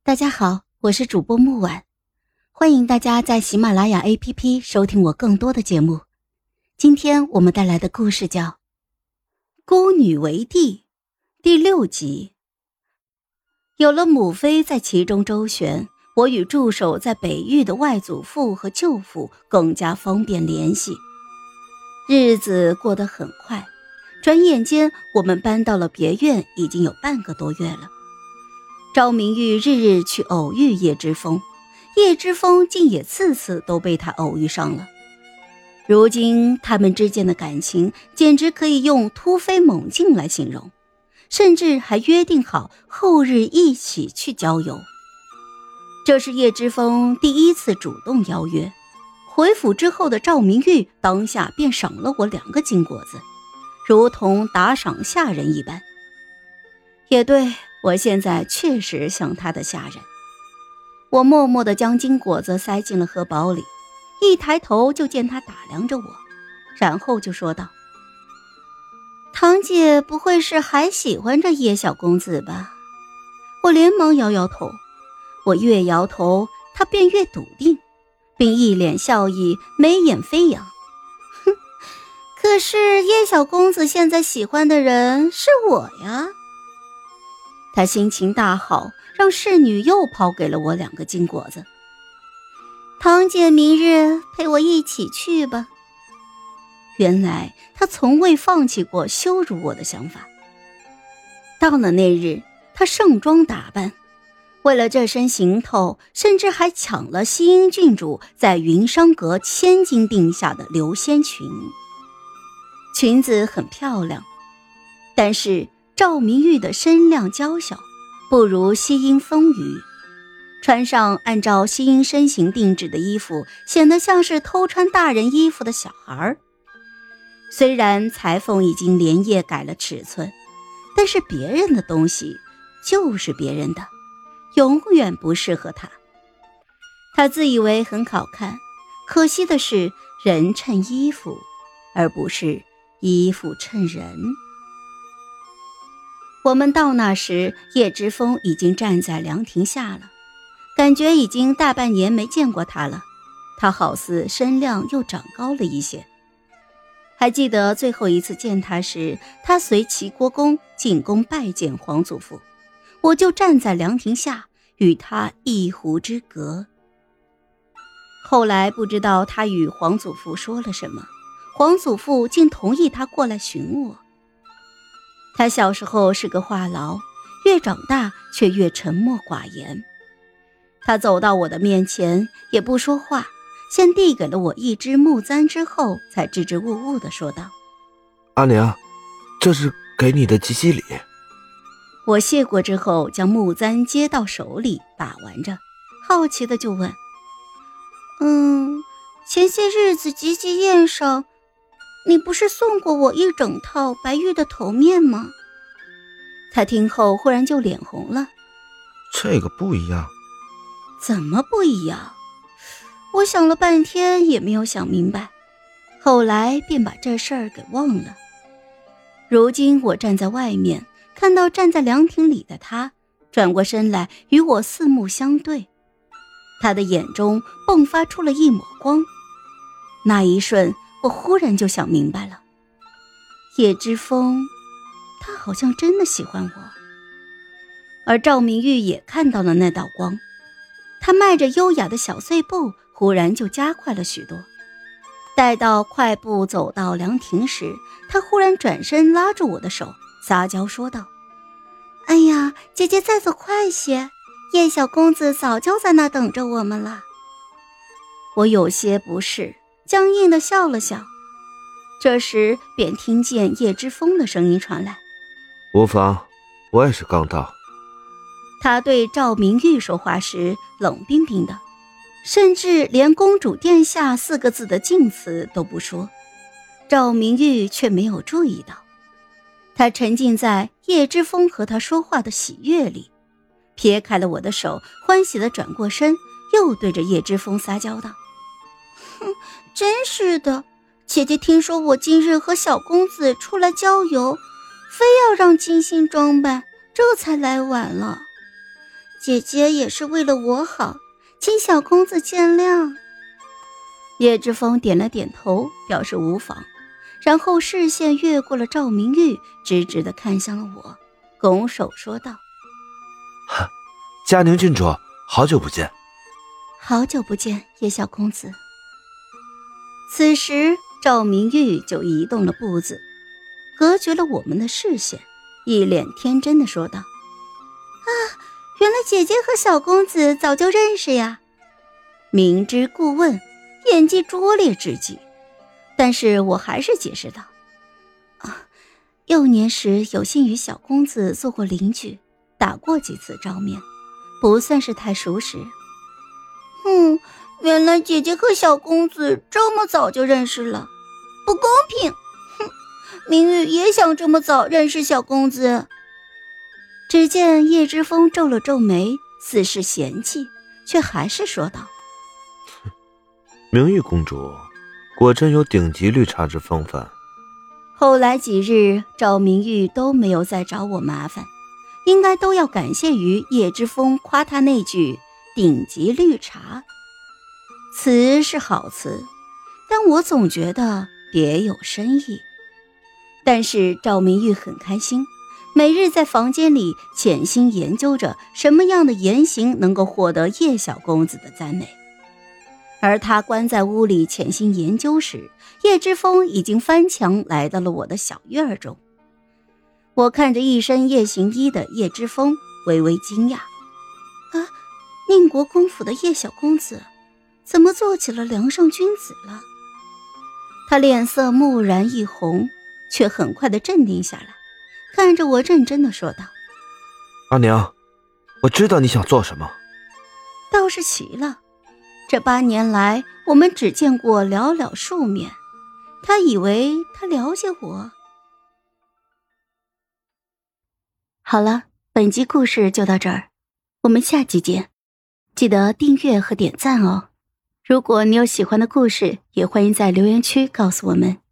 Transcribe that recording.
大家好，我是主播木婉，欢迎大家在喜马拉雅 APP 收听我更多的节目。今天我们带来的故事叫《孤女为帝》第6集。有了母妃在其中周旋，我与驻守在北域的外祖父和舅父更加方便联系。日子过得很快，转眼间我们搬到了别院已经有半个多月了。赵明玉日日去偶遇叶之风，叶之风竟也次次都被他偶遇上了。如今他们之间的感情简直可以用突飞猛进来形容，甚至还约定好后日一起去郊游。这是叶之风第一次主动邀约，回府之后的赵明玉当下便赏了我2个金果子，如同打赏下人一般。也对，我现在确实像他的下人。我默默地将金果子塞进了荷包里，一抬头就见他打量着我，然后就说道：堂姐不会是还喜欢着叶小公子吧？我连忙摇摇头，我越摇头他便越笃定，并一脸笑意，眉眼飞扬。哼，可是叶小公子现在喜欢的人是我呀。他心情大好，让侍女又抛给了我2个金果子。堂姐明日陪我一起去吧。原来他从未放弃过羞辱我的想法。到了那日，他盛装打扮，为了这身行头，甚至还抢了西英郡主在云商阁千金定下的流仙裙。裙子很漂亮，但是赵明玉的身量娇小，不如西英丰腴，穿上按照西英身形定制的衣服，显得像是偷穿大人衣服的小孩。虽然裁缝已经连夜改了尺寸，但是别人的东西就是别人的，永远不适合他。他自以为很好看，可惜的是人衬衣服，而不是衣服衬人。我们到那时，叶之风已经站在凉亭下了，感觉已经大半年没见过他了。他好似身量又长高了一些。还记得最后一次见他时，他随齐国公进宫拜见皇祖父，我就站在凉亭下，与他一湖之隔。后来不知道他与皇祖父说了什么，皇祖父竟同意他过来寻我。他小时候是个话痨，越长大却越沉默寡言。他走到我的面前也不说话，先递给了我一支木簪，之后才支支吾吾地说道： 阿娘，这是给你的吉禧礼。 我谢过之后，将木簪接到手里把玩着，好奇的就问：前些日子吉吉宴上你不是送过我一整套白玉的头面吗？他听后忽然就脸红了。 这个不一样。 怎么不一样？我想了半天也没有想明白，后来便把这事儿给忘了。如今我站在外面，看到站在凉亭里的他，转过身来与我四目相对，他的眼中迸发出了一抹光。那一瞬，我忽然就想明白了，叶之风，他好像真的喜欢我。而赵明玉也看到了那道光，他迈着优雅的小碎步，忽然就加快了许多。待到快步走到凉亭时，他忽然转身拉住我的手，撒娇说道：哎呀，姐姐再走快些，叶小公子早就在那等着我们了。我有些不适，僵硬地笑了笑。这时便听见叶之风的声音传来： 无妨，我也是刚到。 他对赵明玉说话时冷冰冰的，甚至连公主殿下4个字的敬词都不说。赵明玉却没有注意到，他沉浸在叶之风和他说话的喜悦里，撇开了我的手，欢喜地转过身，又对着叶之风撒娇道：哼，真是的，姐姐听说我今日和小公子出来郊游，非要让精心装扮，这才来晚了。 姐姐也是为了我好，请小公子见谅。叶之风点了点头，表示无妨，然后视线越过了赵明玉，直直地看向了我，拱手说道： 嘉宁郡主，好久不见。 好久不见，叶小公子。此时赵明玉就移动了步子，隔绝了我们的视线，一脸天真地说道：原来姐姐和小公子早就认识呀。明知故问，演技拙劣至极，但是我还是解释道：幼年时有幸与小公子做过邻居，打过几次照面，不算是太熟识。原来姐姐和小公子这么早就认识了，不公平！明玉也想这么早认识小公子。只见叶之风皱了皱眉，似是嫌弃，却还是说道： 明玉公主果真有顶级绿茶之风范。 后来几日赵明玉都没有再找我麻烦，应该都要感谢于叶之风夸他那句顶级绿茶。词是好词，但我总觉得别有深意。但是赵明玉很开心，每日在房间里潜心研究着什么样的言行能够获得叶小公子的赞美。而他关在屋里潜心研究时，叶之风已经翻墙来到了我的小院中。我看着一身夜行衣的叶之风，微微惊讶：宁国公府的叶小公子怎么做起了梁上君子了？他脸色蓦然一红，却很快的镇定下来，看着我认真的说道： 阿娘，我知道你想做什么。 倒是奇了，这8年来我们只见过寥寥数面，他以为他了解我。好了，本集故事就到这儿，我们下集见，记得订阅和点赞哦。如果你有喜欢的故事，也欢迎在留言区告诉我们。